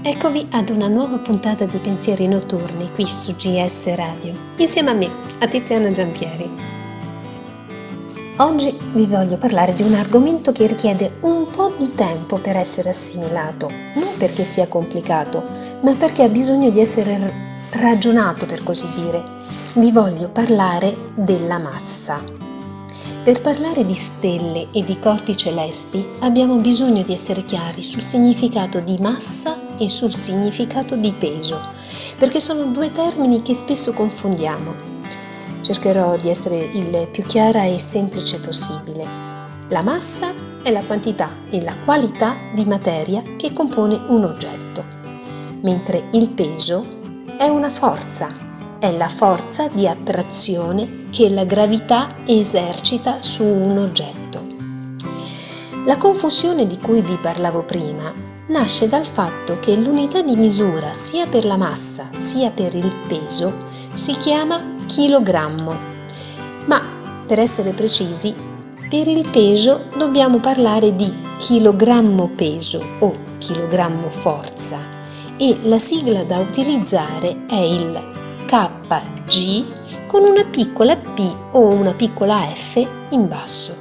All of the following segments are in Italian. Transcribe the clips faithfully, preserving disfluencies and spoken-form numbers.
Eccovi ad una nuova puntata di Pensieri Notturni qui su G S Radio, insieme a me, a Tiziana Giampieri. Oggi vi voglio parlare di un argomento che richiede un po' di tempo per essere assimilato, non perché sia complicato, ma perché ha bisogno di essere ragionato, per così dire. Vi voglio parlare della massa. Per parlare di stelle e di corpi celesti abbiamo bisogno di essere chiari sul significato di massa e sul significato di peso, perché sono due termini che spesso confondiamo. Cercherò di essere il più chiara e semplice possibile. La massa è la quantità e la qualità di materia che compone un oggetto, mentre il peso è una forza. È la forza di attrazione che la gravità esercita su un oggetto. La confusione di cui vi parlavo prima nasce dal fatto che l'unità di misura sia per la massa sia per il peso si chiama chilogrammo, ma per essere precisi, per il peso dobbiamo parlare di chilogrammo peso o chilogrammo forza e la sigla da utilizzare è il K G con una piccola P o una piccola F in basso.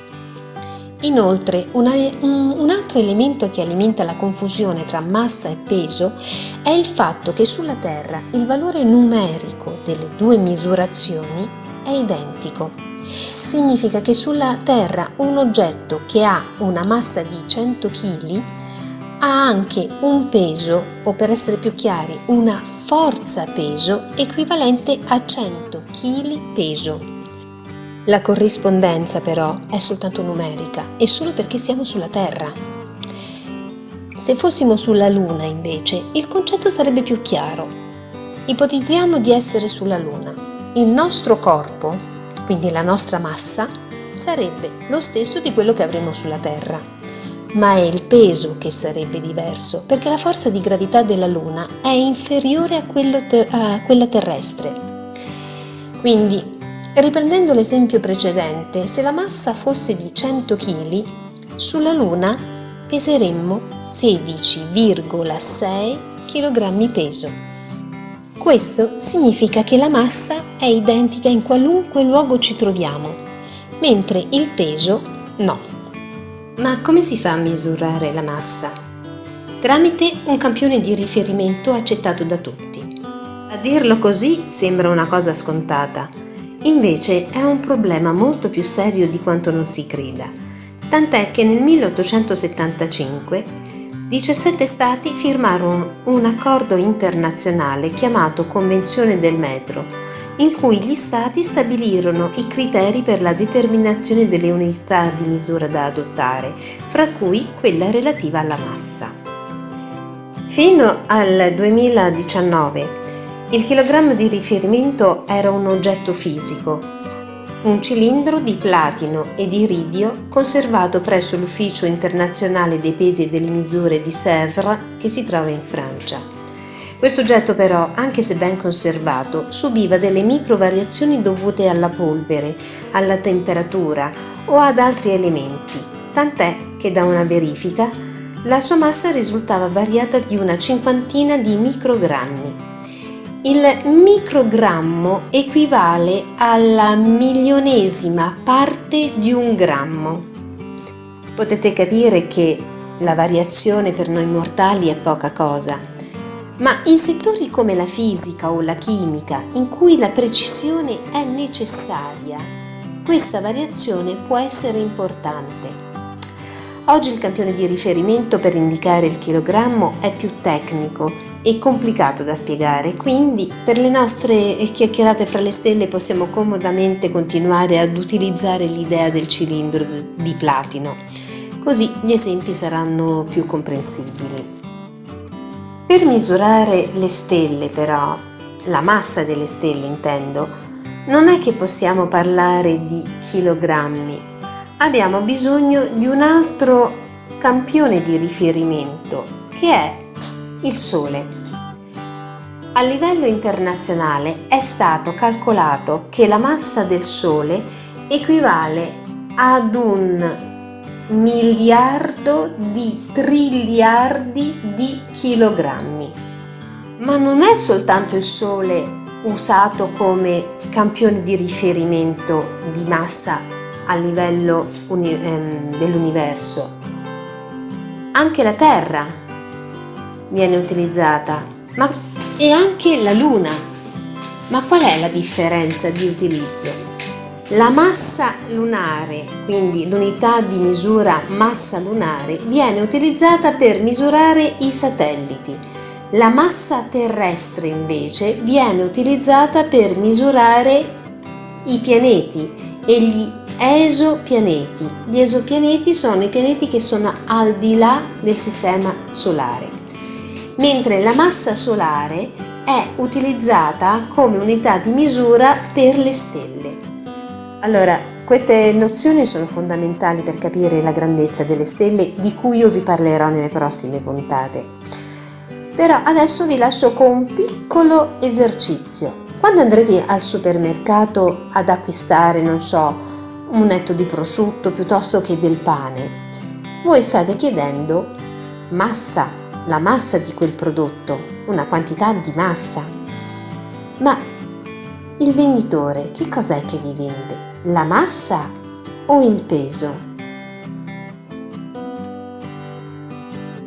Inoltre, una, un, un altro elemento che alimenta la confusione tra massa e peso è il fatto che sulla Terra il valore numerico delle due misurazioni è identico. Significa che sulla Terra un oggetto che ha una massa di cento chili ha anche un peso, o per essere più chiari, una forza peso equivalente a cento chili peso. La corrispondenza però è soltanto numerica e solo perché siamo sulla Terra. Se fossimo sulla Luna, invece, il concetto sarebbe più chiaro. Ipotizziamo di essere sulla Luna. Il nostro corpo, quindi la nostra massa, sarebbe lo stesso di quello che avremo sulla Terra. Ma è il peso che sarebbe diverso, perché la forza di gravità della Luna è inferiore a, quello ter- a quella terrestre. Quindi, riprendendo l'esempio precedente, se la massa fosse di cento chili, sulla Luna peseremmo sedici virgola sei chilogrammi peso. Questo significa che la massa è identica in qualunque luogo ci troviamo, mentre il peso no. Ma come si fa a misurare la massa? Tramite un campione di riferimento accettato da tutti. A dirlo così sembra una cosa scontata, invece è un problema molto più serio di quanto non si creda, tant'è che nel milleottocentosettantacinque diciassette stati firmarono un accordo internazionale chiamato Convenzione del metro, in cui gli stati stabilirono i criteri per la determinazione delle unità di misura da adottare, fra cui quella relativa alla massa. Fino al duemiladiciannove il chilogrammo di riferimento era un oggetto fisico, un cilindro di platino e di iridio conservato presso l'Ufficio internazionale dei pesi e delle misure di Sèvres che si trova in Francia. Questo oggetto però, anche se ben conservato, subiva delle micro variazioni dovute alla polvere, alla temperatura o ad altri elementi, tant'è che da una verifica la sua massa risultava variata di una cinquantina di microgrammi. Il microgrammo equivale alla milionesima parte di un grammo. Potete capire che la variazione per noi mortali è poca cosa. Ma in settori come la fisica o la chimica, in cui la precisione è necessaria, questa variazione può essere importante. Oggi il campione di riferimento per indicare il chilogrammo è più tecnico e complicato da spiegare, quindi per le nostre chiacchierate fra le stelle possiamo comodamente continuare ad utilizzare l'idea del cilindro di platino, così gli esempi saranno più comprensibili. Per misurare le stelle però, la massa delle stelle intendo, non è che possiamo parlare di chilogrammi, abbiamo bisogno di un altro campione di riferimento che è il Sole. A livello internazionale è stato calcolato che la massa del Sole equivale ad un miliardo di triliardi di chilogrammi. Ma non è soltanto il Sole usato come campione di riferimento di massa a livello uni- ehm, dell'universo. Anche la Terra viene utilizzata, ma e anche la Luna. Ma qual è la differenza di utilizzo? La massa lunare, quindi l'unità di misura massa lunare, viene utilizzata per misurare i satelliti. La massa terrestre invece viene utilizzata per misurare i pianeti e gli esopianeti. Gli esopianeti sono i pianeti che sono al di là del sistema solare, mentre la massa solare è utilizzata come unità di misura per le stelle. Allora, queste nozioni sono fondamentali per capire la grandezza delle stelle, di cui io vi parlerò nelle prossime puntate. Però adesso vi lascio con un piccolo esercizio. Quando andrete al supermercato ad acquistare, non so, un netto di prosciutto piuttosto che del pane, voi state chiedendo massa, la massa di quel prodotto, una quantità di massa. Ma il venditore che cos'è che vi vende? La massa o il peso?